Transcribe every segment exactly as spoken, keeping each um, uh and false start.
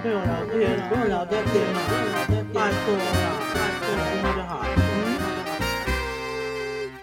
陪我聊天啊，跟我聊天啊，拜托啦，拜托，听就好。嗯。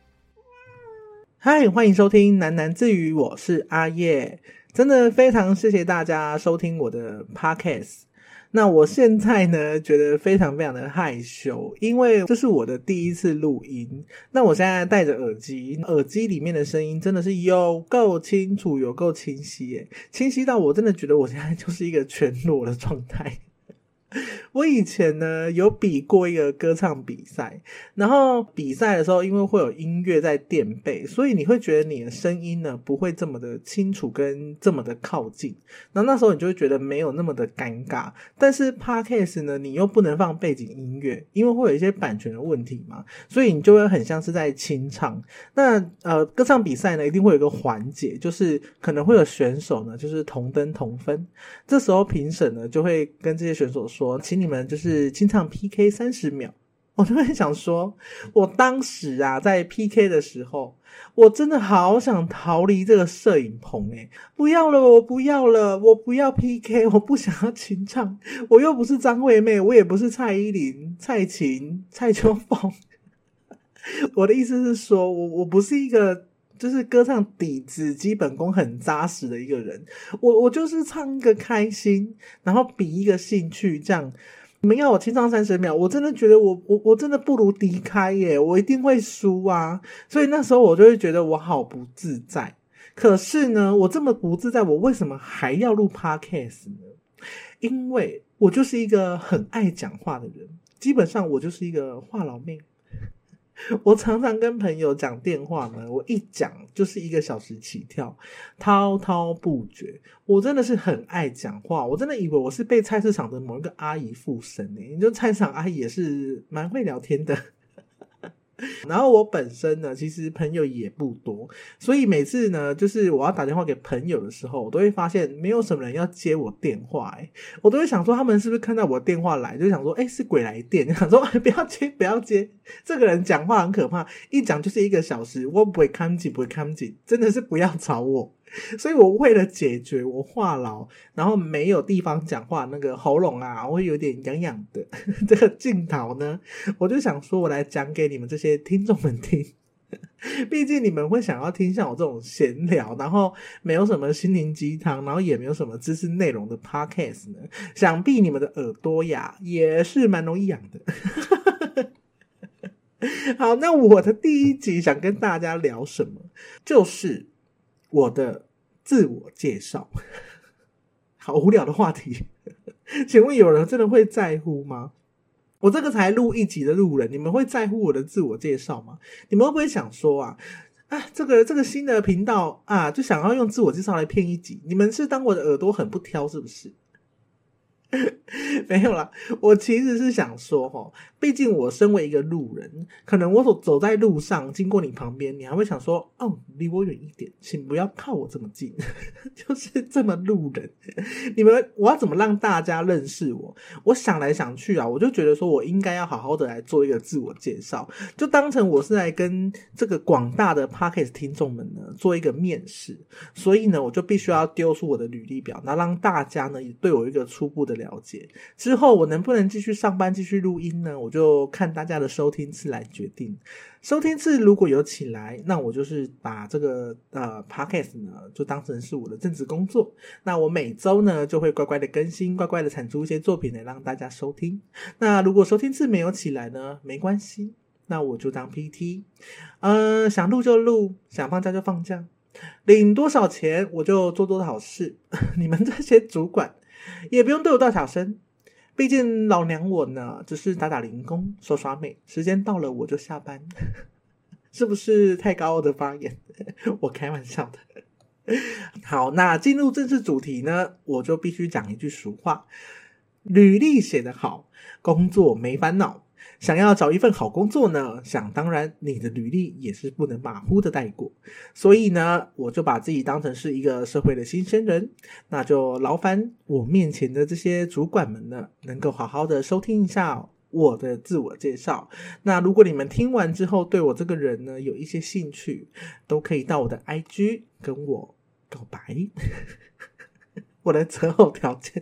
嗨，欢迎收听喃喃自语，我是阿叶。真的非常谢谢大家收听我的 podcast。那我现在呢，觉得非常非常的害羞，因为这是我的第一次录音。那我现在戴着耳机，耳机里面的声音真的是有够清楚，有够清晰耶，清晰到我真的觉得我现在就是一个全裸的状态。我以前呢有比过一个歌唱比赛，然后比赛的时候因为会有音乐在垫背，所以你会觉得你的声音呢不会这么的清楚跟这么的靠近，然后那时候你就会觉得没有那么的尴尬。但是 Podcast 呢你又不能放背景音乐，因为会有一些版权的问题嘛，所以你就会很像是在清唱。那呃歌唱比赛呢一定会有一个环节，就是可能会有选手呢就是同登同分，这时候评审呢就会跟这些选手说，请你们就是清唱 P K 三十秒。我就会想说，我当时啊在 P K 的时候，我真的好想逃离这个摄影棚诶，不要了，我不要了，我不要 P K， 我不想要清唱，我又不是张惠妹，我也不是蔡依林、蔡琴、蔡秋凤。我的意思是说，我我不是一个就是歌唱底子基本功很扎实的一个人，我我就是唱一个开心，然后比一个兴趣这样。你们要我清唱三十秒，我真的觉得我我我真的不如敌开耶，我一定会输啊！所以那时候我就会觉得我好不自在。可是呢，我这么不自在，我为什么还要录 podcast 呢？因为我就是一个很爱讲话的人，基本上我就是一个话痨妹。我常常跟朋友讲电话呢，我一讲就是一个小时起跳，滔滔不绝。我真的是很爱讲话，我真的以为我是被菜市场的某一个阿姨附身欸，就菜市场阿姨也是蛮会聊天的。然后我本身呢其实朋友也不多，所以每次呢就是我要打电话给朋友的时候，我都会发现没有什么人要接我电话欸，我都会想说他们是不是看到我电话来就想说诶是鬼来电，就想说不要接不要接，这个人讲话很可怕，一讲就是一个小时，我不会看紧不会看紧，真的是不要吵我。所以我为了解决我话痨然后没有地方讲话，那个喉咙啊会有点痒痒的这个镜头呢，我就想说我来讲给你们这些听众们听。毕竟你们会想要听像我这种闲聊，然后没有什么心灵鸡汤，然后也没有什么知识内容的 podcast 呢，想必你们的耳朵呀也是蛮容易痒的。好，那我的第一集想跟大家聊什么，就是我的自我介绍。好无聊的话题。请问有人真的会在乎吗？我这个才录一集的路人，你们会在乎我的自我介绍吗？你们会不会想说啊啊，这个这个新的频道啊，就想要用自我介绍来骗一集？你们是当我的耳朵很不挑是不是？没有啦，我其实是想说齁，毕竟我身为一个路人，可能我走走在路上经过你旁边，你还会想说哦，离我远一点，请不要靠我这么近。就是这么路人。你们我要怎么让大家认识我？我想来想去啊，我就觉得说我应该要好好的来做一个自我介绍，就当成我是来跟这个广大的 Podcast 听众们呢做一个面试。所以呢我就必须要丢出我的履历表，然后让大家呢也对我有一个初步的了解，之后我能不能继续上班继续录音呢，我就看大家的收听次来决定。收听次如果有起来，那我就是把这个呃 podcast 呢就当成是我的正职工作，那我每周呢就会乖乖的更新，乖乖的产出一些作品来让大家收听。那如果收听次没有起来呢，没关系，那我就当 P T， 呃，想录就录，想放假就放假，领多少钱我就做多少事。你们这些主管也不用对我大小声，毕竟老娘我呢只是打打零工耍耍美，时间到了我就下班。是不是太高傲的发言？我开玩笑的。好，那进入正式主题呢，我就必须讲一句俗话，履历写得好，工作没烦恼。想要找一份好工作呢，想当然你的履历也是不能马虎的带过。所以呢我就把自己当成是一个社会的新鲜人，那就劳烦我面前的这些主管们呢能够好好的收听一下我的自我介绍。那如果你们听完之后对我这个人呢有一些兴趣，都可以到我的 I G 跟我告白。我的择偶条件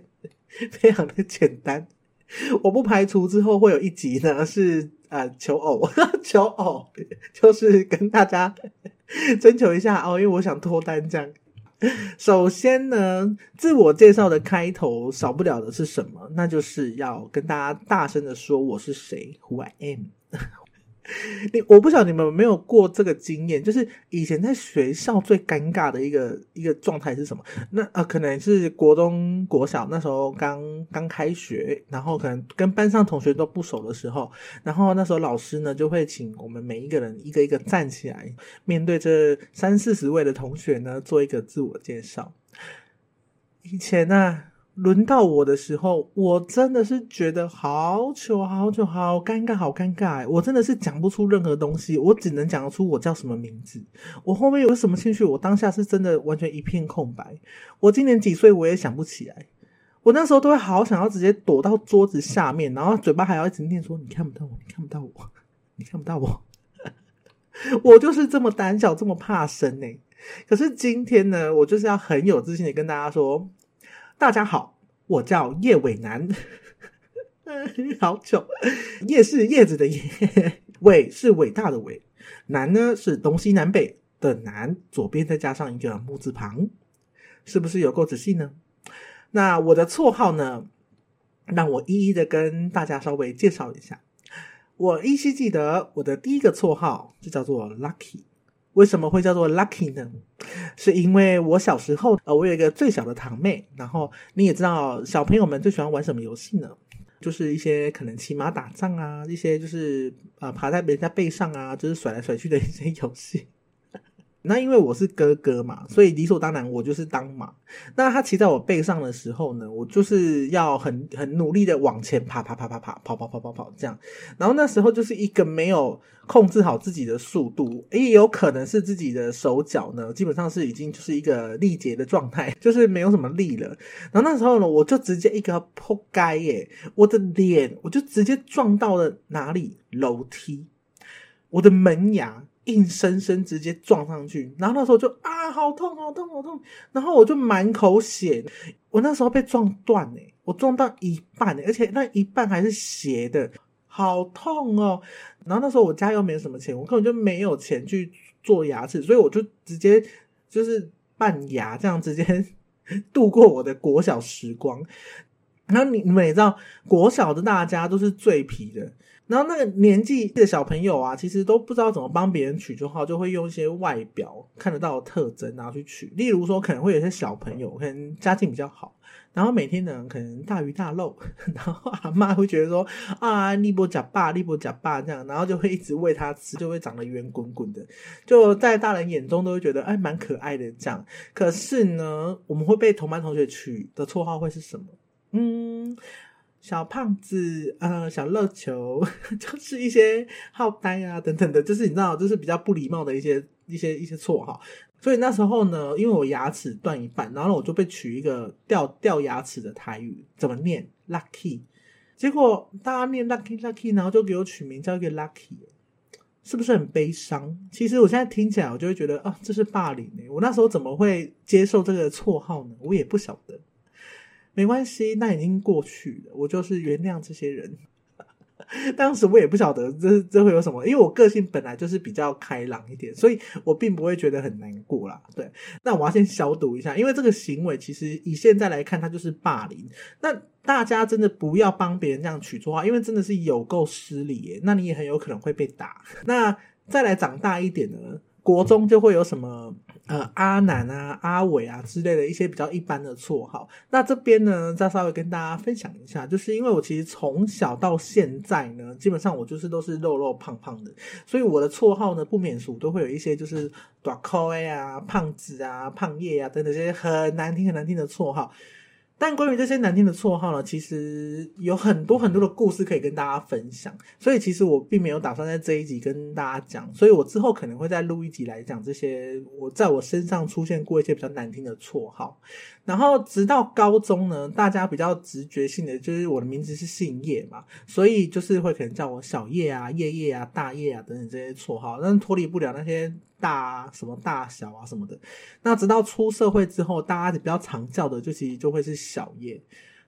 非常的简单。我不排除之后会有一集呢是呃求偶求偶就是跟大家征求一下哦，因为我想脱单这样。首先呢，自我介绍的开头少不了的是什么？那就是要跟大家大声的说我是谁 Who I am 你我不晓得你们有没有过这个经验，就是以前在学校最尴尬的一个一个状态是什么？那呃，可能是国中国小那时候刚刚开学，然后可能跟班上同学都不熟的时候，然后那时候老师呢就会请我们每一个人一个一个站起来，面对这三四十位的同学呢做一个自我介绍。以前啊轮到我的时候，我真的是觉得好糗好糗好尴尬好尴尬，我真的是讲不出任何东西，我只能讲出我叫什么名字，我后面有什么兴趣，我当下是真的完全一片空白。我今年几岁我也想不起来，我那时候都会好想要直接躲到桌子下面，然后嘴巴还要一直念说你看不到我你看不到我你看不到我我就是这么胆小这么怕生欸。可是今天呢，我就是要很有自信的跟大家说，大家好，我叫叶伟南好糗，叶是叶子的叶，伟是伟大的伟，南呢是东西南北的南，左边再加上一个木字旁，是不是有够仔细呢？那我的绰号呢，让我一一的跟大家稍微介绍一下。我依稀记得我的第一个绰号就叫做 Lucky。为什么会叫做 Lucky 呢？是因为我小时候呃，我有一个最小的堂妹，然后你也知道小朋友们最喜欢玩什么游戏呢？就是一些可能骑马打仗啊，一些就是呃爬在人家背上啊，就是甩来甩去的一些游戏。那因为我是哥哥嘛，所以理所当然我就是当马。那他骑在我背上的时候呢，我就是要很很努力的往前爬爬爬爬爬跑跑跑跑跑这样。然后那时候就是一个没有控制好自己的速度，也有可能是自己的手脚呢基本上是已经就是一个力竭的状态，就是没有什么力了。然后那时候呢，我就直接一个扑街耶，我的脸我就直接撞到了哪里？楼梯，我的门牙硬生生直接撞上去，然后那时候就啊好痛好痛好痛，然后我就满口血，我那时候被撞断欸，我撞到一半欸，而且那一半还是斜的，好痛哦。然后那时候我家又没什么钱，我根本就没有钱去做牙齿，所以我就直接就是半牙这样直接度过我的国小时光。然后你们也知道国小的大家都是最皮的，然后那个年纪的小朋友啊，其实都不知道怎么帮别人取绰号，就会用一些外表看得到的特征然后去取。例如说可能会有些小朋友可能家境比较好，然后每天呢可能大鱼大肉，然后阿嬷会觉得说啊你不吃饱你不吃饱这样，然后就会一直喂他吃，就会长得圆滚滚的，就在大人眼中都会觉得哎蛮可爱的这样。可是呢我们会被同班同学取的绰号会是什么？嗯，小胖子呃小热球就是一些好呆啊等等的，就是你知道就是比较不礼貌的一些一些一些绰号。所以那时候呢因为我牙齿断一半，然后我就被取一个掉掉牙齿的台语，怎么念 Lucky， 结果大家念 Lucky Lucky， 然后就给我取名叫一个 Lucky， 是不是很悲伤？其实我现在听起来我就会觉得啊这是霸凌欸，我那时候怎么会接受这个绰号呢？我也不晓得，没关系，那已经过去了，我就是原谅这些人。当时我也不晓得这这会有什么，因为我个性本来就是比较开朗一点，所以我并不会觉得很难过啦。对，那我要先消毒一下，因为这个行为其实以现在来看它就是霸凌。那大家真的不要帮别人这样取绰号，因为真的是有够失礼耶，那你也很有可能会被打。那再来长大一点呢，国中就会有什么呃阿南啊阿伟啊之类的一些比较一般的绰号。那这边呢再稍微跟大家分享一下，就是因为我其实从小到现在呢基本上我就是都是肉肉胖胖的，所以我的绰号呢不免俗都会有一些就是大口啊胖子啊胖叶啊等等这些很难听很难听的绰号。但关于这些难听的绰号呢，其实有很多很多的故事可以跟大家分享，所以其实我并没有打算在这一集跟大家讲，所以我之后可能会再录一集来讲这些我在我身上出现过一些比较难听的绰号。然后直到高中呢，大家比较直觉性的就是我的名字是姓叶嘛，所以就是会可能叫我小叶啊叶叶啊大叶啊等等这些绰号，但是脱离不了那些大什么大小啊什么的。那直到出社会之后，大家比较常叫的就其实就会是小叶。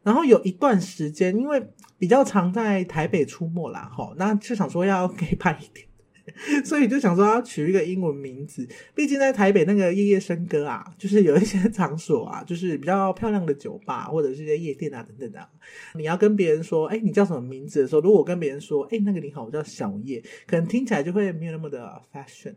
然后有一段时间因为比较常在台北出没啦齁，那就想说要给派一点，所以就想说要取一个英文名字，毕竟在台北那个夜夜笙歌啊，就是有一些场所啊，就是比较漂亮的酒吧或者是一些夜店啊等等的、啊，你要跟别人说诶你叫什么名字的时候，如果我跟别人说诶那个你好我叫小叶，可能听起来就会没有那么的 fashion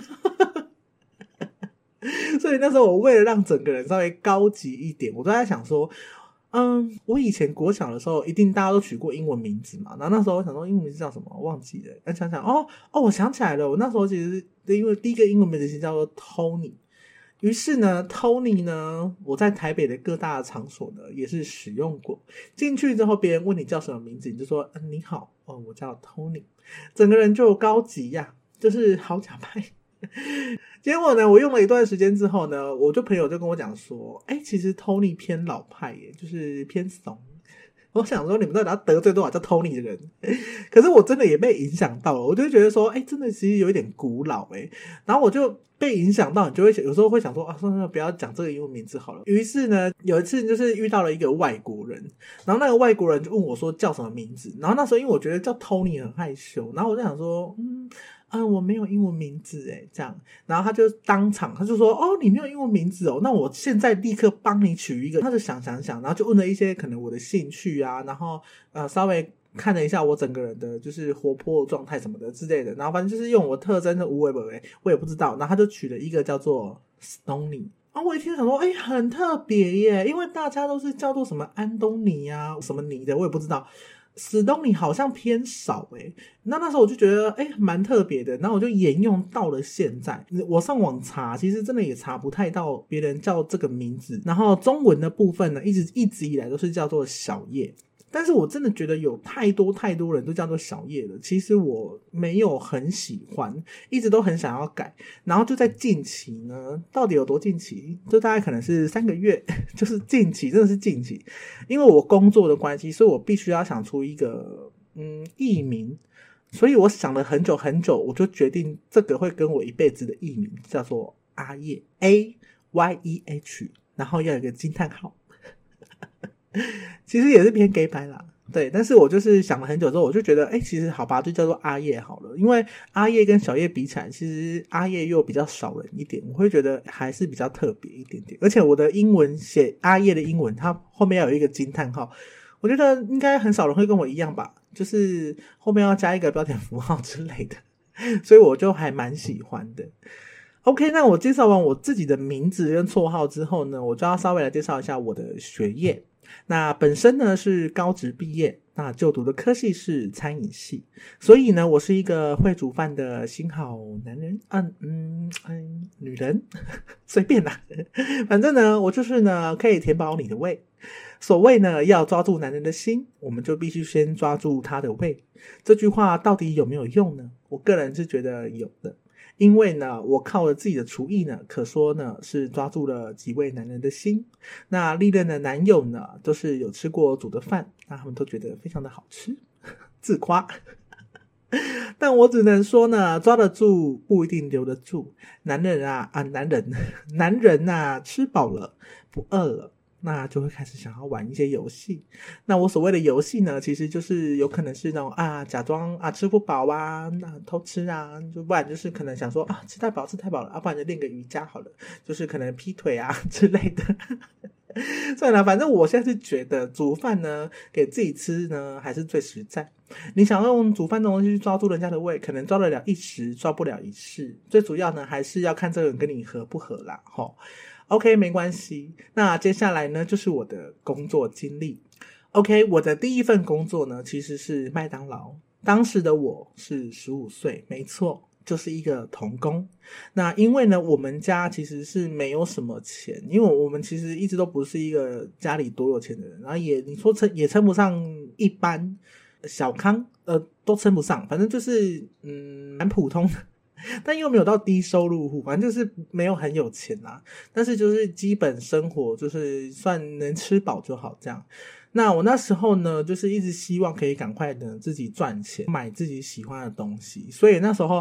所以那时候我为了让整个人稍微高级一点，我都在想说嗯，我以前国小的时候一定大家都取过英文名字嘛，然后那时候我想说英文名字叫什么我忘记了，但想想哦哦我想起来了，我那时候其实因为第一个英文名字其实叫做 Tony， 于是呢 Tony 呢我在台北的各大场所呢也是使用过，进去之后别人问你叫什么名字，你就说、嗯、你好哦我叫 Tony， 整个人就高级呀、啊，就是好假派结果呢我用了一段时间之后呢，我就朋友就跟我讲说诶其实 Tony 偏老派耶，就是偏怂，我想说你们到底要得罪多少叫 Tony 的人可是我真的也被影响到了，我就会觉得说诶真的其实有一点古老诶，然后我就被影响到，你就会有时候会想说啊，算了不要讲这个英文名字好了。于是呢有一次就是遇到了一个外国人，然后那个外国人就问我说叫什么名字，然后那时候因为我觉得叫 Tony 很害羞，然后我就想说嗯嗯，我没有英文名字诶，这样，然后他就当场他就说哦你没有英文名字哦，那我现在立刻帮你取一个，他就想想想，然后就问了一些可能我的兴趣啊，然后呃稍微看了一下我整个人的就是活泼的状态什么的之类的，然后反正就是用我特征的无为不为我也不知道，然后他就取了一个叫做 Stony，啊，我一听想说诶很特别耶，因为大家都是叫做什么安东尼啊什么尼的我也不知道，史东尼好像偏少诶，那那时候我就觉得诶蛮特别的，然后我就沿用到了现在。我上网查其实真的也查不太到别人叫这个名字，然后中文的部分呢一直一直以来都是叫做小叶，但是我真的觉得有太多太多人都叫做小叶了，其实我没有很喜欢，一直都很想要改，然后就在近期呢，到底有多近期，就大概可能是三个月就是近期，真的是近期，因为我工作的关系，所以我必须要想出一个嗯艺名，所以我想了很久很久，我就决定这个会跟我一辈子的艺名叫做阿叶 A Y E H， 然后要有一个惊叹号其实也是偏 gay 白啦，对，但是我就是想了很久之后，我就觉得诶其实好吧，就叫做阿叶好了，因为阿叶跟小叶比起来，其实阿叶又比较少人一点，我会觉得还是比较特别一点点，而且我的英文写阿叶的英文它后面要有一个惊叹号，我觉得应该很少人会跟我一样吧，就是后面要加一个标点符号之类的，所以我就还蛮喜欢的。OK， 那我介绍完我自己的名字跟绰号之后呢，我就要稍微来介绍一下我的学业。那本身呢是高职毕业，那就读的科系是餐饮系，所以呢我是一个会煮饭的新好男人，嗯嗯嗯女人随便啦反正呢我就是呢可以填饱你的胃，所谓呢要抓住男人的心，我们就必须先抓住他的胃，这句话到底有没有用呢？我个人是觉得有的，因为呢我靠了自己的厨艺呢，可说呢是抓住了几位男人的心，那历任的男友呢都是有吃过煮的饭，那他们都觉得非常的好吃自夸但我只能说呢，抓得住不一定留得住，男人啊啊男人男人啊吃饱了不饿了，那就会开始想要玩一些游戏。那我所谓的游戏呢，其实就是有可能是那种啊假装啊吃不饱啊，那偷吃啊，就不然就是可能想说啊吃太饱吃太饱了，啊不然就练个瑜伽好了，就是可能劈腿啊之类的算了，反正我现在是觉得煮饭呢给自己吃呢还是最实在，你想用煮饭的东西去抓住人家的胃，可能抓得了一时抓不了一世，最主要呢还是要看这个人跟你合不合啦齁。OK 没关系，那接下来呢就是我的工作经历。 OK 我的第一份工作呢其实是麦当劳，当时的我是十五岁，没错，就是一个童工。那因为呢我们家其实是没有什么钱，因为我们其实一直都不是一个家里多有钱的人，然后也你说称也称不上一般小康，呃都称不上，反正就是嗯蛮普通的，但又没有到低收入户，反正就是没有很有钱啦，但是就是基本生活就是算能吃饱就好这样。那我那时候呢就是一直希望可以赶快的自己赚钱买自己喜欢的东西，所以那时候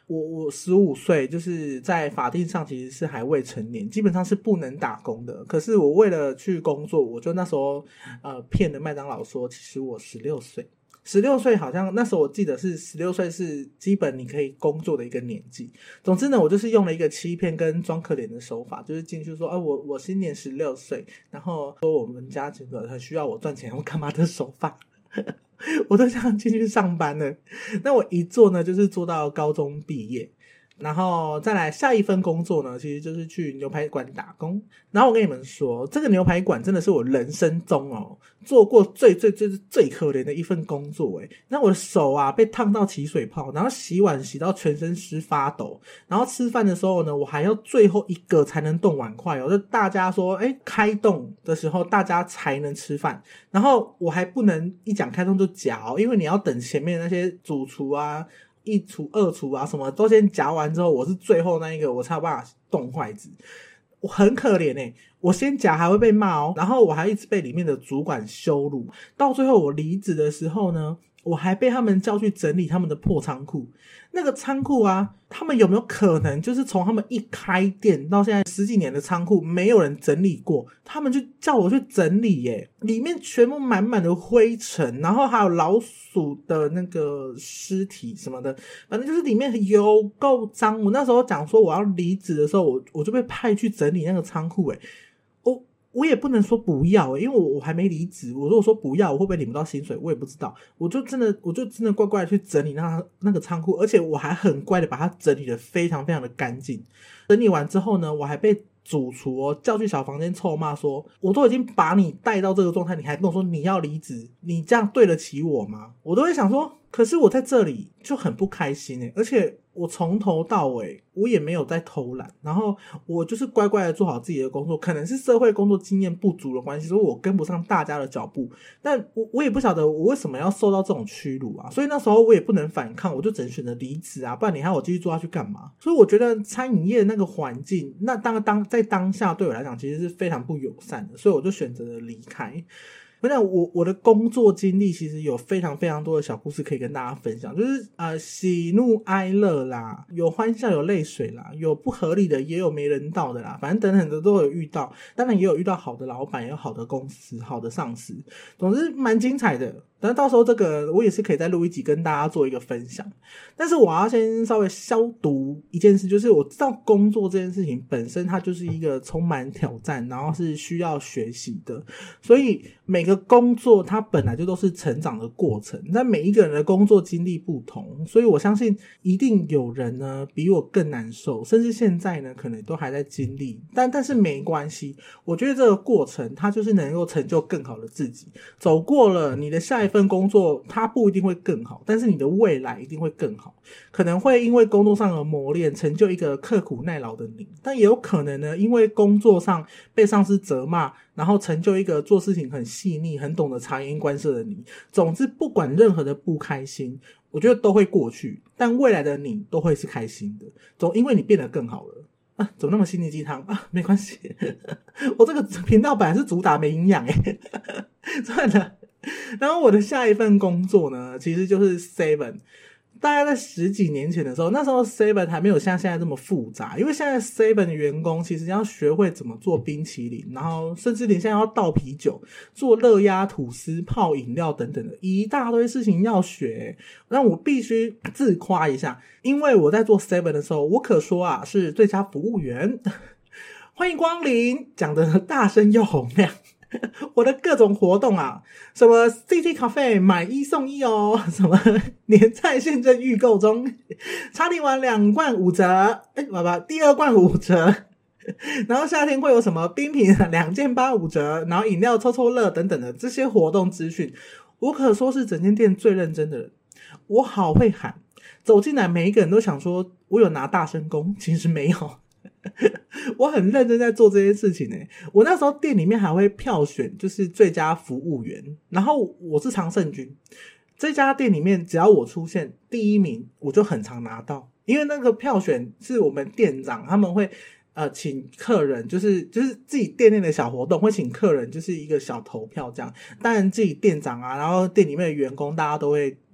我我十五岁，就是在法定上其实是还未成年，基本上是不能打工的。可是我为了去工作，我就那时候呃骗了麦当劳说，其实我十六岁。十六岁好像那时候我记得是十六岁是基本你可以工作的一个年纪。总之呢，我就是用了一个欺骗跟装可怜的手法，就是进去说啊，我我今年十六岁，然后说我们家这个很需要我赚钱，我干嘛的手法。我都这样进去上班了。那我一做呢，就是做到高中毕业。然后再来下一份工作呢，其实就是去牛排馆打工。然后我跟你们说，这个牛排馆真的是我人生中哦做过最最最最可怜的一份工作诶。那我的手啊被烫到起水泡，然后洗碗洗到全身湿发抖，然后吃饭的时候呢，我还要最后一个才能动碗筷哦，就大家说诶开动的时候大家才能吃饭，然后我还不能一讲开动就夹哦，因为你要等前面那些主厨啊一厨二厨啊什么都先夹完之后，我是最后那一个我才有办法动筷子。我很可怜欸，我先夹还会被骂哦，然后我还一直被里面的主管羞辱，到最后我离职的时候呢，我还被他们叫去整理他们的破仓库。那个仓库啊，他们有没有可能就是从他们一开店到现在十几年的仓库没有人整理过，他们就叫我去整理耶，里面全部满满的灰尘，然后还有老鼠的那个尸体什么的，反正就是里面有够脏。我那时候讲说我要离职的时候，我我就被派去整理那个仓库耶。我我也不能说不要、欸、因为我我还没离职，我如果说不要，我会不会领不到薪水我也不知道。我就真的我就真的乖乖的去整理那那个仓库，而且我还很乖的把它整理的非常非常的干净。整理完之后呢，我还被主厨哦叫去小房间臭骂说，我都已经把你带到这个状态，你还跟我说你要离职，你这样对得起我吗？我都会想说，可是我在这里就很不开心欸，而且我从头到尾我也没有在偷懒，然后我就是乖乖的做好自己的工作。可能是社会工作经验不足的关系，所以我跟不上大家的脚步，但我我也不晓得我为什么要受到这种屈辱啊，所以那时候我也不能反抗，我就只能选择离职啊，不然你还要我继续做下去干嘛？所以我觉得餐饮业的那个环境，那当当在当下对我来讲其实是非常不友善的，所以我就选择了离开。那我我的工作经历其实有非常非常多的小故事可以跟大家分享，就是呃喜怒哀乐啦，有欢笑有泪水啦，有不合理的也有没人道的啦，反正等等的都有遇到。当然也有遇到好的老板，也有好的公司，好的上司，总之蛮精彩的。但到时候这个我也是可以再录一集跟大家做一个分享。但是我要先稍微消毒一件事，就是我知道工作这件事情本身它就是一个充满挑战，然后是需要学习的，所以每个工作它本来就都是成长的过程，但每一个人的工作经历不同，所以我相信一定有人呢比我更难受，甚至现在呢可能都还在经历，但但是没关系，我觉得这个过程它就是能够成就更好的自己。走过了你的下一份工作，它不一定会更好，但是你的未来一定会更好，可能会因为工作上的磨练成就一个刻苦耐劳的你，但也有可能呢因为工作上被上司责骂，然后成就一个做事情很细腻很懂得察言观色的你。总之不管任何的不开心，我觉得都会过去，但未来的你都会是开心的，总因为你变得更好了啊，怎么那么心灵鸡汤啊？没关系，我这个频道本来是主打没营养诶，算了。然后我的下一份工作呢，其实就是 Seven。大概在十几年前的时候，那时候 Seven 还没有像现在这么复杂，因为现在 Seven 的员工其实要学会怎么做冰淇淋，然后甚至连现在要倒啤酒、做热压吐司、泡饮料等等的一大堆事情要学。那我必须自夸一下，因为我在做 Seven 的时候，我可说啊是最佳服务员，欢迎光临，讲得大声又洪亮。我的各种活动啊，什么 City Cafe 买一送一哦，什么年菜现正预购中，茶礼完两罐五折，哎，爸爸第二罐五折，然后夏天会有什么冰品两件八五折，然后饮料抽抽乐等等的这些活动资讯，我可说是整间店最认真的人。我好会喊，走进来每一个人都想说我有拿大声公，其实没有。我很认真在做这件事情耶，我那时候店里面还会票选就是最佳服务员，然后我是常胜军，这家店里面只要我出现第一名我就很常拿到，因为那个票选是我们店长他们会呃请客人，就是就是自己店内的小活动会请客人就是一个小投票这样，当然自己店长啊然后店里面的员工大家都会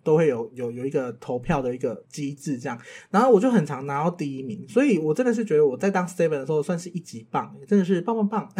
都会有有有一个投票的一个机制这样，然后我就很常拿到第一名，所以我真的是觉得我在当 Seven 的时候算是一级棒，真的是棒棒棒。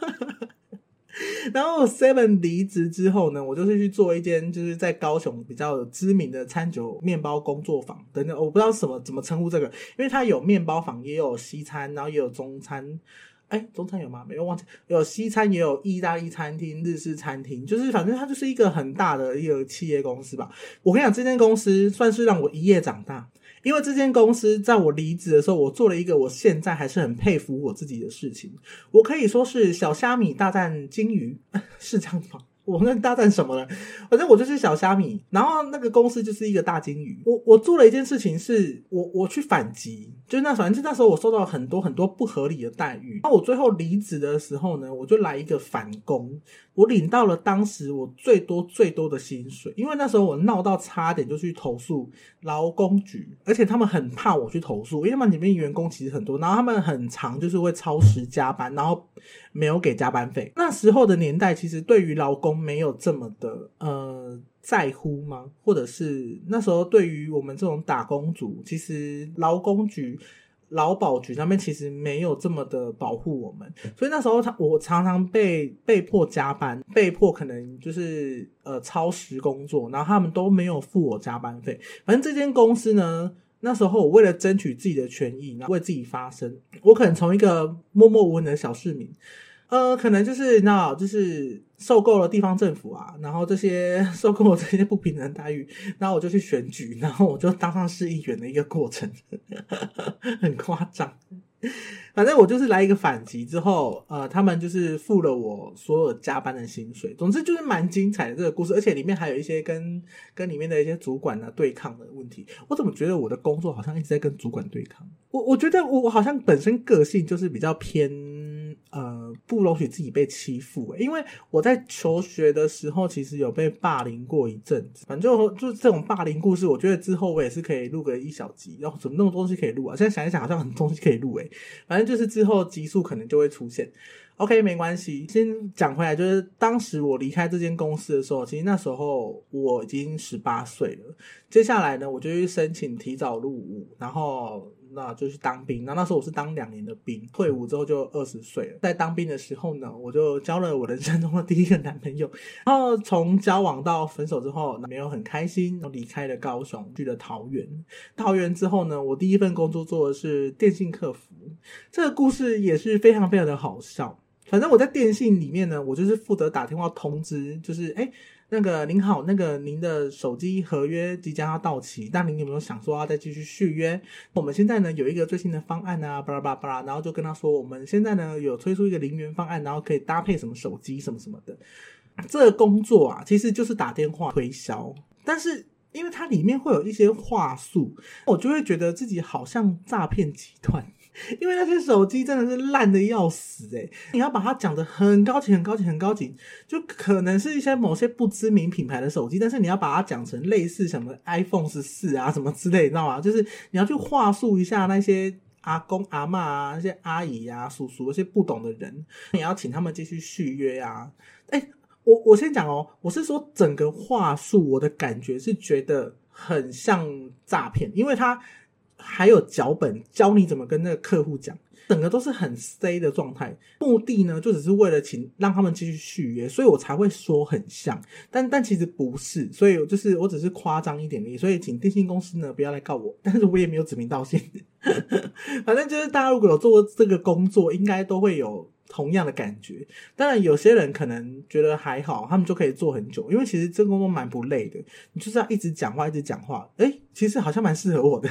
然后 Seven 离职之后呢，我就是去做一间就是在高雄比较知名的餐酒面包工作坊等等，我不知道什么怎么称呼这个，因为它有面包坊，也有西餐，然后也有中餐。哎，中餐有吗？没有，忘记。有西餐，也有意大利餐厅、日式餐厅，就是反正它就是一个很大的一个企业公司吧。我跟你讲，这间公司算是让我一夜长大，因为这间公司在我离职的时候，我做了一个我现在还是很佩服我自己的事情。我可以说是小虾米大战金鱼，是这样吗？我那大战什么了？反正我就是小虾米，然后那个公司就是一个大金鱼。我我做了一件事情是，我我去反击，就是那反正那时候我受到很多很多不合理的待遇。那我最后离职的时候呢，我就来一个反攻，我领到了当时我最多最多的薪水，因为那时候我闹到差点就去投诉劳工局，而且他们很怕我去投诉，因为他们里面员工其实很多，然后他们很常就是会超时加班，然后没有给加班费。那时候的年代其实对于劳工没有这么的呃在乎吗？或者是那时候对于我们这种打工族，其实劳工局劳保局那边其实没有这么的保护我们，所以那时候他我常常被被迫加班，被迫可能就是呃超时工作，然后他们都没有付我加班费。反正这间公司呢，那时候我为了争取自己的权益，然后为自己发声，我可能从一个默默无闻的小市民，呃，可能就是那就是受够了地方政府啊，然后这些受够了这些不平等待遇，然后我就去选举，然后我就当上市议员的一个过程，很夸张。反正我就是来一个反击之后，呃，他们就是付了我所有加班的薪水。总之就是蛮精彩的这个故事，而且里面还有一些跟跟里面的一些主管啊对抗的问题。我怎么觉得我的工作好像一直在跟主管对抗？我我觉得我我好像本身个性就是比较偏呃不容许自己被欺负、欸，因为我在求学的时候其实有被霸凌过一阵子。反正就就是这种霸凌故事，我觉得之后我也是可以录个一小集。然后怎么那么多东西可以录啊？现在想一想好像很多东西可以录诶、欸。反正就是之后集数可能就会出现。OK， 没关系。先讲回来，就是当时我离开这间公司的时候，其实那时候我已经十八岁了。接下来呢，我就去申请提早入伍，然后那就去当兵。然后那时候我是当两年的兵，退伍之后就二十岁了。在当兵的时候呢，我就交了我人生中的第一个男朋友。然后从交往到分手之后，男朋友很开心，然后离开了高雄，去了桃园。桃园之后呢，我第一份工作做的是电信客服。这个故事也是非常非常的好笑。反正我在电信里面呢，我就是负责打电话通知，就是诶那个您好，那个您的手机合约即将要到期，但您有没有想说要再继续续约？我们现在呢有一个最新的方案啊，巴拉巴拉巴拉，然后就跟他说我们现在呢有推出一个零元方案，然后可以搭配什么手机什么什么的。这个工作啊其实就是打电话推销，但是因为它里面会有一些话术，我就会觉得自己好像诈骗集团。因为那些手机真的是烂的要死欸，你要把它讲得很高级很高级很高级，就可能是一些某些不知名品牌的手机，但是你要把它讲成类似什么 iPhone 十四啊什么之类，你知道吗？就是你要去话术一下那些阿公阿嬷啊，那些阿姨啊叔叔，那些不懂的人，你要请他们继续续约啊。诶我我先讲哦，我是说整个话术我的感觉是觉得很像诈骗，因为他还有脚本教你怎么跟那个客户讲，整个都是很 C 的状态，目的呢就只是为了请让他们继续续约，所以我才会说很像，但但其实不是，所以就是我只是夸张一点而已，所以请电信公司呢不要来告我，但是我也没有指名道姓反正就是大家如果有做过这个工作应该都会有同样的感觉。当然有些人可能觉得还好，他们就可以做很久，因为其实这个工作蛮不累的，你就是要一直讲话一直讲话，诶其实好像蛮适合我的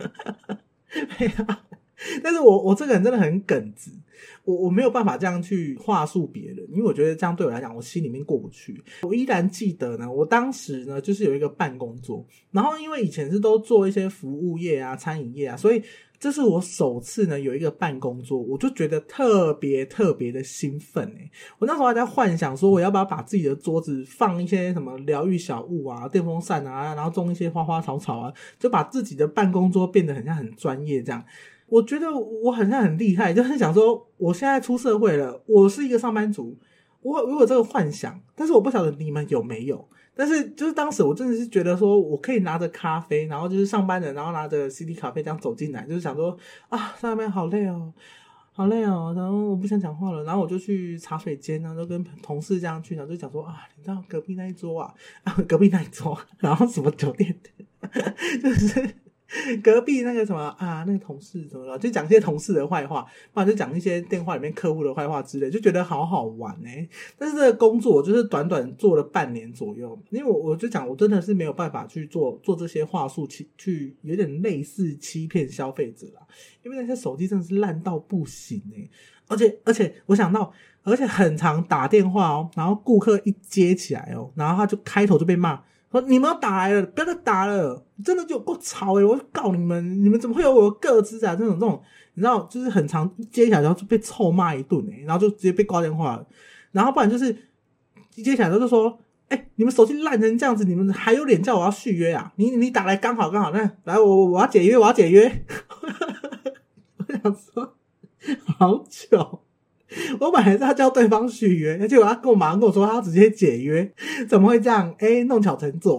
但是我我这个人真的很耿直，我我没有办法这样去话术别人，因为我觉得这样对我来讲我心里面过不去。我依然记得呢，我当时呢就是有一个办工作，然后因为以前是都做一些服务业啊餐饮业啊，所以这是我首次呢有一个办工作，我就觉得特别特别的兴奋欸。我那时候还在幻想说我要不要把自己的桌子放一些什么疗愈小物啊电风扇啊，然后种一些花花草草啊，就把自己的办公桌变得很像很专业这样。我觉得我很像很厉害，就是想说我现在出社会了，我是一个上班族，我我有这个幻想，但是我不晓得你们有没有。 但是就是当时我真的是觉得说我可以拿着咖啡，然后就是上班人，然后拿着 C D 咖啡这样走进来，就是想说啊上班好累哦好累哦，然后我不想讲话了，然后我就去茶水间，然后就跟同事这样去，然后就讲说啊，你知道隔壁那一桌啊，啊隔壁那一桌，然后什么酒店的，就是隔壁那个什么啊，那个同事什么的，就讲一些同事的坏话，不然就讲一些电话里面客户的坏话之类，就觉得好好玩欸。但是这个工作我就是短短做了半年左右，因为我我就讲我真的是没有办法去做做这些话术，去去有点类似欺骗消费者啦，因为那些手机真的是烂到不行欸。而且而且我想到，而且很常打电话哦，然后顾客一接起来哦，然后他就开头就被骂。说你们要打来了，不要再打了，真的就够吵欸，我告你们，你们怎么会有我的个资啊？这种这种，你知道，就是很常接起来然后就被臭骂一顿欸，然后就直接被挂电话了。然后不然就是一接起来就说，哎、欸，你们手机烂成这样子，你们还有脸叫我要续约啊？你你打来刚好刚好，那来我我要解约，我要解约。我想说，好糗。我本来是要叫对方续约，结果他跟我马上跟我说他要直接解约，怎么会这样？哎，弄巧成拙。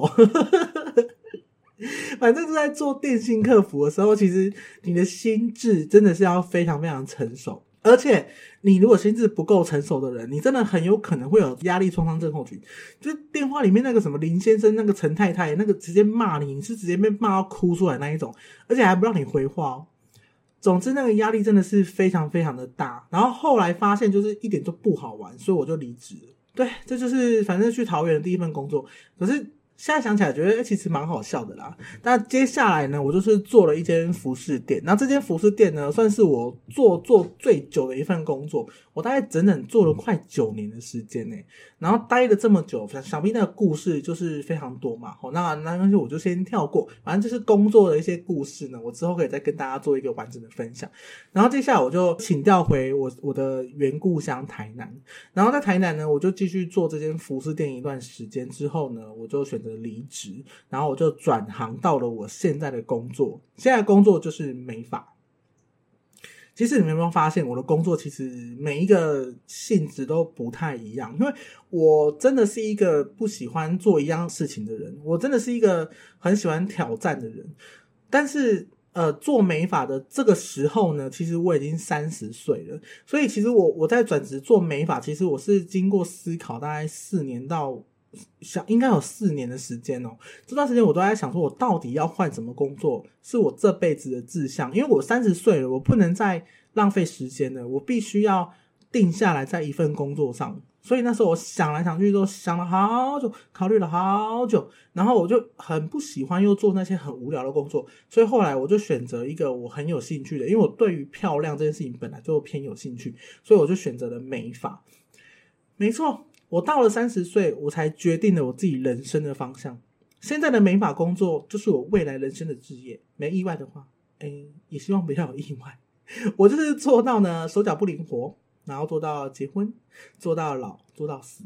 反正就在做电信客服的时候，其实你的心智真的是要非常非常成熟，而且你如果心智不够成熟的人，你真的很有可能会有压力创伤症候群。就是电话里面那个什么林先生、那个陈太太，那个直接骂你，你是直接被骂到哭出来那一种，而且还不让你回话哦。总之那个压力真的是非常非常的大，然后后来发现就是一点都不好玩，所以我就离职了。对，这就是反正去桃园的第一份工作。可是现在想起来觉得其实蛮好笑的啦。那接下来呢，我就是做了一间服饰店，那这间服饰店呢算是我做做最久的一份工作，我大概整整做了快九年的时间耶。然后待了这么久，想必那个故事就是非常多嘛。好，那那东西我就先跳过，反正就是工作的一些故事呢，我之后可以再跟大家做一个完整的分享。然后接下来我就请调回我我的原故乡台南，然后在台南呢，我就继续做这间服饰店一段时间之后呢，我就选择离职，然后我就转行到了我现在的工作。现在的工作就是美发。其实你们有没有发现我的工作其实每一个性质都不太一样，因为我真的是一个不喜欢做一样事情的人，我真的是一个很喜欢挑战的人。但是呃，做美发的这个时候呢，其实我已经三十岁了，所以其实我我在转职做美发，其实我是经过思考大概四年到想应该有四年的时间哦。这段时间我都在想说，我到底要换什么工作是我这辈子的志向，因为我三十岁了，我不能再浪费时间了，我必须要定下来在一份工作上。所以那时候我想来想去都想了好久，考虑了好久，然后我就很不喜欢又做那些很无聊的工作，所以后来我就选择一个我很有兴趣的，因为我对于漂亮这件事情本来就偏有兴趣，所以我就选择了美发。没错，我到了三十岁，我才决定了我自己人生的方向。现在的美发工作就是我未来人生的志业，没意外的话，诶，也希望不要有意外。我就是做到呢手脚不灵活，然后做到结婚，做到老，做到死。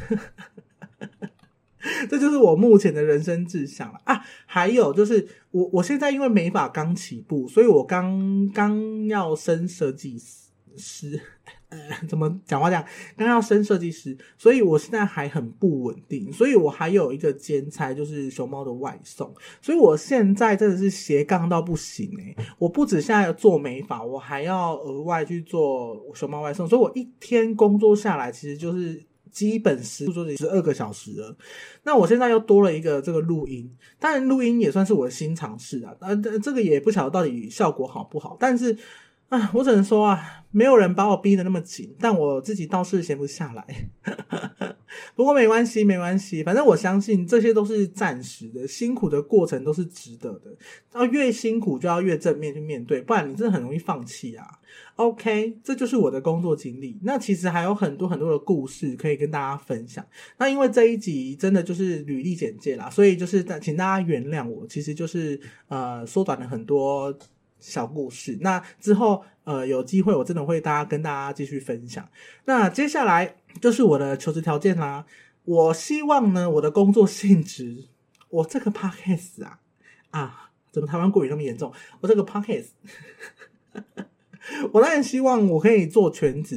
这就是我目前的人生志向了啊！还有就是我我现在因为美发刚起步，所以我刚刚要升设计师。呃，怎么讲话这样？刚要升设计师，所以我现在还很不稳定，所以我还有一个兼差，就是熊猫的外送，所以我现在真的是斜杠到不行诶、欸！我不止现在做美发，我还要额外去做熊猫外送，所以我一天工作下来，其实就是基本时数就是十二个小时了。那我现在又多了一个这个录音，当然录音也算是我的新尝试啊，呃，这个也不晓得到底效果好不好，但是。啊，我只能说啊，没有人把我逼得那么紧，但我自己倒是闲不下来。不过没关系，没关系，反正我相信这些都是暂时的，辛苦的过程都是值得的。要越辛苦就要越正面去面对，不然你真的很容易放弃啊。OK， 这就是我的工作经历。那其实还有很多很多的故事可以跟大家分享。那因为这一集真的就是履历简介啦，所以就是请大家原谅我，其实就是呃缩短了很多小故事。那之后呃有机会我真的会大家跟大家继续分享。那接下来就是我的求职条件啦。我希望呢我的工作性质，我这个 podcast 啊啊怎么台湾国语那么严重？我这个 podcast 我当然希望我可以做全职。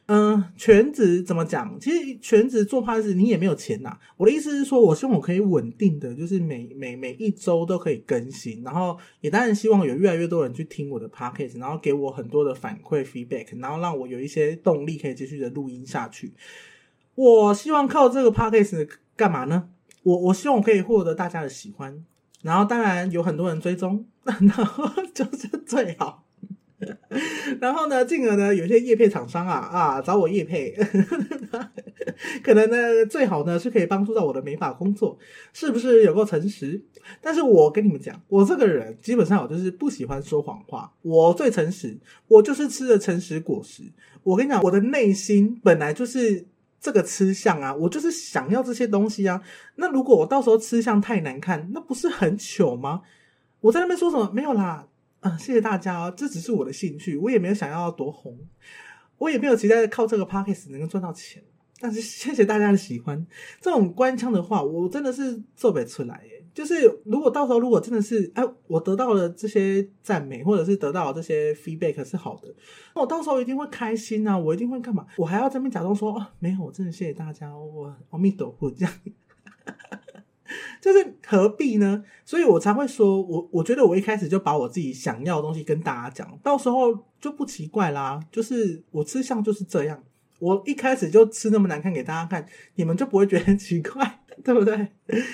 嗯、呃，全职怎么讲？其实全职做 podcast 你也没有钱呐。我的意思是说，我希望我可以稳定的，就是每每每一周都可以更新，然后也当然希望有越来越多人去听我的 podcast， 然后给我很多的反馈 feedback， 然后让我有一些动力可以继续的录音下去。我希望靠这个 podcast 干嘛呢？我我希望我可以获得大家的喜欢，然后当然有很多人追踪，然后就是最好。然后呢，进而呢，有些业配厂商啊啊找我业配，可能呢最好呢是可以帮助到我的美发工作，是不是有够诚实？但是我跟你们讲，我这个人基本上我就是不喜欢说谎话，我最诚实，我就是吃了诚实果实。我跟你讲，我的内心本来就是这个吃相啊，我就是想要这些东西啊。那如果我到时候吃相太难看，那不是很糗吗？我在那边说什么没有啦。啊，谢谢大家哦，这只是我的兴趣，我也没有想要多红，我也没有期待靠这个 podcast 能够赚到钱，但是谢谢大家的喜欢。这种官腔的话，我真的是做不出来耶。就是如果到时候如果真的是哎，我得到了这些赞美，或者是得到了这些 feedback 是好的，那我到时候一定会开心啊，我一定会干嘛？我还要在那边假装说哦，没有，我真的谢谢大家，我阿弥陀佛这样。就是何必呢？所以我才会说我我觉得我一开始就把我自己想要的东西跟大家讲，到时候就不奇怪啦。就是我吃相就是这样，我一开始就吃那么难看给大家看，你们就不会觉得奇怪，对不对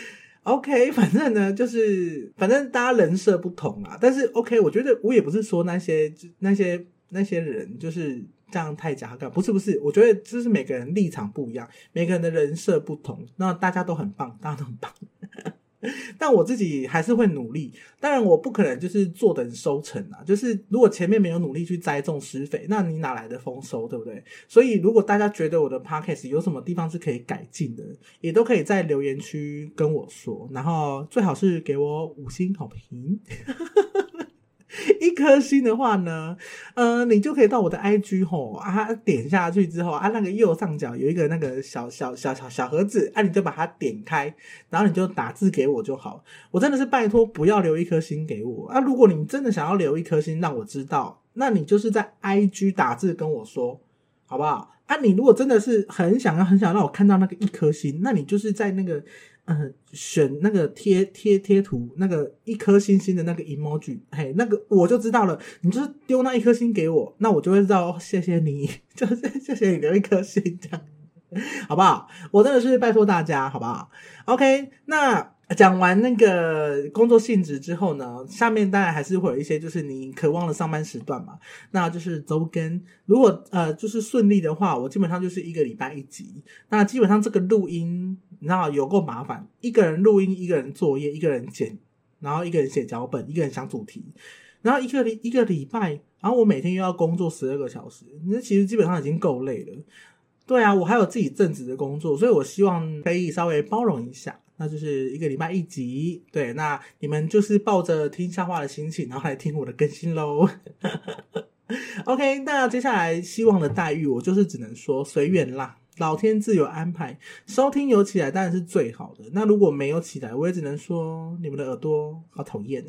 ？OK， 反正呢，就是反正大家人设不同啦。但是 OK， 我觉得我也不是说那些那些那些人就是这样太假干，不是不是，我觉得就是每个人立场不一样，每个人的人设不同，那大家都很棒，大家都很棒。但我自己还是会努力，当然我不可能就是坐等收成啊，就是如果前面没有努力去栽种施肥，那你哪来的丰收，对不对？所以如果大家觉得我的 podcast 有什么地方是可以改进的，也都可以在留言区跟我说，然后最好是给我五星好评。一颗星的话呢，呃，你就可以到我的 I G 吼啊，点下去之后啊，那个右上角有一个那个小小小小小盒子啊，你就把它点开，然后你就打字给我就好。我真的是拜托不要留一颗星给我啊！如果你真的想要留一颗星让我知道，那你就是在 I G 打字跟我说，好不好？啊，你如果真的是很想要很想要让我看到那个一颗星，那你就是在那个呃，选那个贴贴贴图那个一颗星星的那个 emoji， 嘿，那个我就知道了，你就是丢那一颗星给我，那我就会知道，哦，谢谢你，就是谢谢你留一颗星这样，好不好？我真的是拜托大家，好不好 ？OK， 那讲完那个工作性质之后呢，下面当然还是会有一些就是你渴望的上班时段嘛，那就是周更。如果呃就是顺利的话，我基本上就是一个礼拜一集。那基本上这个录音你知道有够麻烦，一个人录音，一个人作业，一个人剪，然后一个人写脚本，一个人想主题，然后一个一个礼拜，然后我每天又要工作十二个小时，那其实基本上已经够累了。对啊，我还有自己正职的工作，所以我希望可以稍微包容一下，那就是一个礼拜一集。对，那你们就是抱着听笑话的心情，然后来听我的更新咯。OK， 那接下来希望的待遇，我就是只能说随缘啦，老天自有安排，收听有起来当然是最好的，那如果没有起来，我也只能说你们的耳朵好讨厌。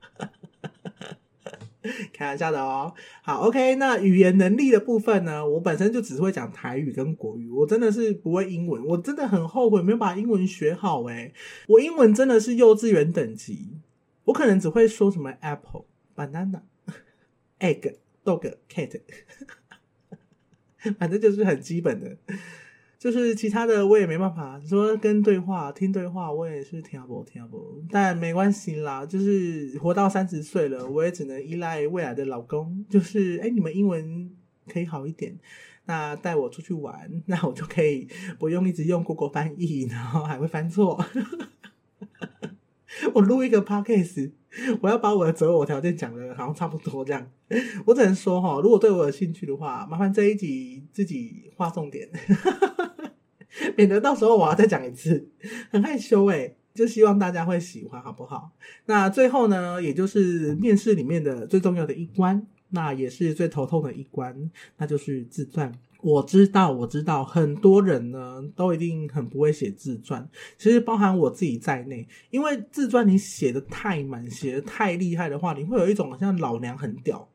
开玩笑的哦。好 OK， 那语言能力的部分呢，我本身就只会讲台语跟国语，我真的是不会英文，我真的很后悔没有把英文学好耶。我英文真的是幼稚园等级，我可能只会说什么 apple banana egg dog cat 反正就是很基本的，就是其他的我也没办法，说跟对话听对话我也是听不听不，但没关系啦，就是活到三十岁了，我也只能依赖未来的老公，就是诶你们英文可以好一点，那带我出去玩，那我就可以不用一直用 Google 翻译，然后还会翻错。我录一个 podcast， 我要把我的择偶条件讲的好像差不多这样，我只能说齁，如果对我有兴趣的话，麻烦这一集自己划重点。免得到时候我要再讲一次，很害羞诶，就希望大家会喜欢，好不好？那最后呢，也就是面试里面的最重要的一关，那也是最头痛的一关，那就是自传。我知道我知道很多人呢都一定很不会写自传，其实包含我自己在内，因为自传你写的太满，写的太厉害的话，你会有一种好像老娘很屌，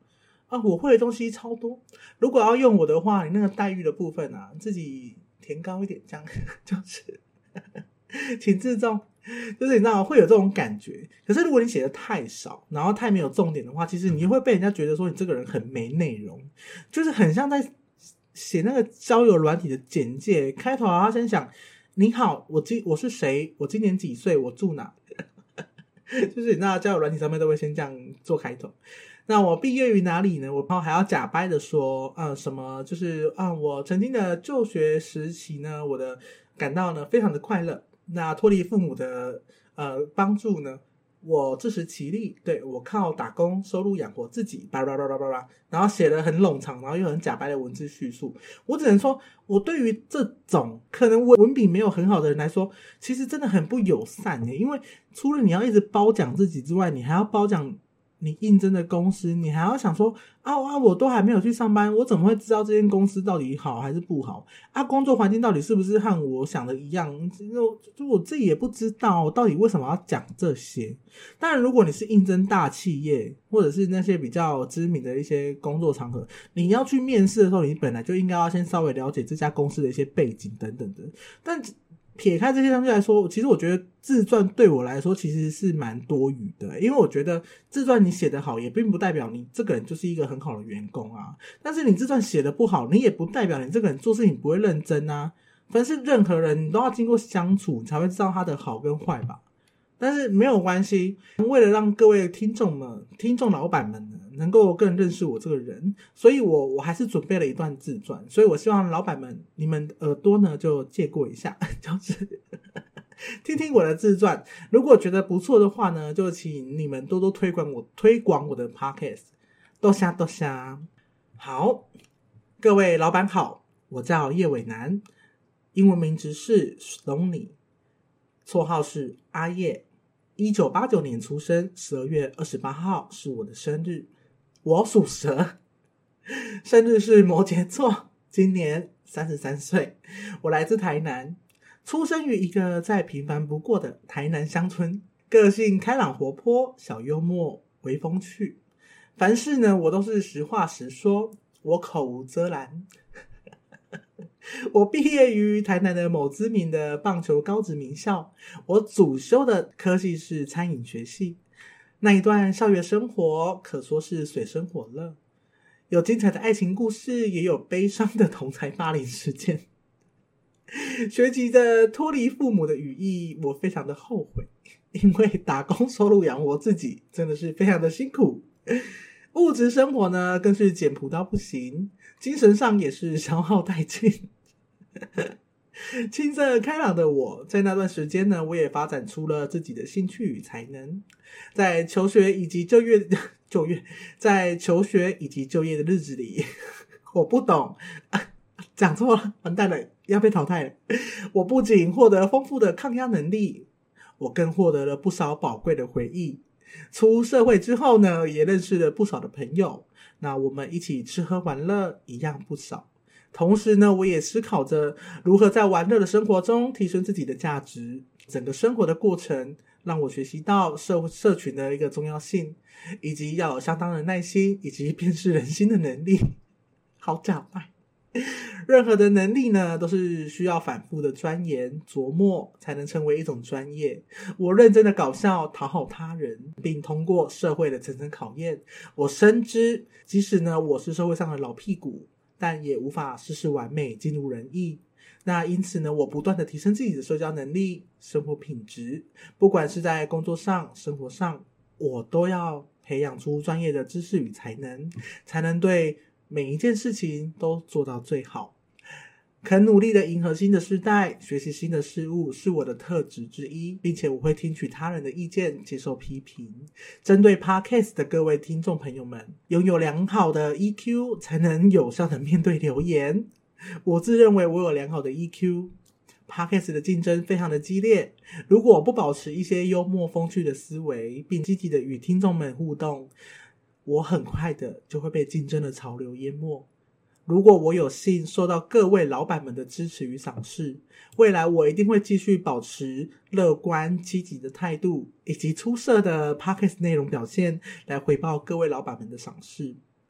啊，我会的东西超多，如果要用我的话，你那个待遇的部分啊，自己填高一点，这样就是请自重，就是你知道会有这种感觉。可是如果你写的太少，然后太没有重点的话，其实你会被人家觉得说你这个人很没内容，就是很像在写那个交友软体的简介，开头要先想你好，我今我是谁，我今年几岁，我住哪，就是你知道交友软体上面都会先这样做开头。那我毕业于哪里呢？我然后还要假掰的说，呃，什么就是啊、嗯，我曾经的就学时期呢，我的感到呢非常的快乐。那脱离父母的呃帮助呢，我自食其力，对我靠打工收入养活自己，叭叭叭叭叭叭，然后写得很冗长，然后又很假掰的文字叙述。我只能说，我对于这种可能文笔没有很好的人来说，其实真的很不友善耶，因为除了你要一直褒奖自己之外，你还要褒奖你应征的公司，你还要想说啊啊，我都还没有去上班，我怎么会知道这间公司到底好还是不好啊？工作环境到底是不是和我想的一样？就就我自己也不知道，到底为什么要讲这些？当然，如果你是应征大企业，或者是那些比较知名的一些工作场合，你要去面试的时候，你本来就应该要先稍微了解这家公司的一些背景等等的。但撇开这些东西来说，其实我觉得自传对我来说其实是蛮多余的，因为我觉得自传你写得好也并不代表你这个人就是一个很好的员工啊，但是你自传写得不好，你也不代表你这个人做事情不会认真啊。凡是任何人你都要经过相处，你才会知道他的好跟坏吧。但是没有关系，为了让各位听众们、听众老板们呢，能够更认识我这个人，所以我我还是准备了一段自传，所以我希望老板们，你们耳朵呢就借过一下，就是听听我的自传。如果觉得不错的话呢，就请你们多多推广我推广我的 podcast。多谢多谢。好，各位老板好，我叫叶伟南，英文名字是 Stoney， 绰号是阿叶。一九八九年出生，十二月二十八号是我的生日。我属蛇，生日是摩羯座，今年三十三岁。我来自台南，出生于一个再平凡不过的台南乡村，个性开朗活泼，小幽默，微风趣。凡事呢，我都是实话实说，我口无遮拦。我毕业于台南的某知名的棒球高职名校，我主修的科系是餐饮学系。那一段校园生活可说是水深火热，有精彩的爱情故事，也有悲伤的同侪霸凌事件。学习的脱离父母的语义，我非常的后悔，因为打工收入养活自己真的是非常的辛苦。物质生活呢更是简朴到不行，精神上也是消耗殆尽。青涩开朗的我，在那段时间呢，我也发展出了自己的兴趣与才能。在求学以及就业就业在求学以及就业的日子里，我不懂啊，讲错了，完蛋了，要被淘汰了。我不仅获得丰富的抗压能力，我更获得了不少宝贵的回忆。出社会之后呢，也认识了不少的朋友，那我们一起吃喝玩乐一样不少。同时呢，我也思考着如何在玩乐的生活中提升自己的价值。整个生活的过程让我学习到社社群的一个重要性，以及要有相当的耐心以及辨识人心的能力。好假掰。任何的能力呢，都是需要反复的钻研琢磨才能成为一种专业。我认真的搞笑讨好他人，并通过社会的层层考验。我深知即使呢我是社会上的老屁股，但也无法事事完美尽如人意。那因此呢，我不断的提升自己的社交能力、生活品质，不管是在工作上、生活上，我都要培养出专业的知识与才能，才能对每一件事情都做到最好。肯努力的迎合新的世代，学习新的事物是我的特质之一，并且我会听取他人的意见，接受批评。针对 Podcast 的各位听众朋友们，拥有良好的 E Q 才能有效的面对留言。我自认为我有良好的 E Q， Podcast 的竞争非常的激烈，如果我不保持一些幽默风趣的思维，并积极的与听众们互动，我很快的就会被竞争的潮流淹没。如果我有幸受到各位老板们的支持与赏识，未来我一定会继续保持乐观积极的态度，以及出色的 Podcast 内容表现，来回报各位老板们的赏识。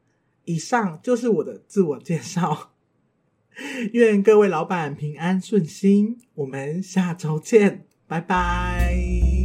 以上就是我的自我介绍，愿各位老板平安顺心，我们下周见，拜拜。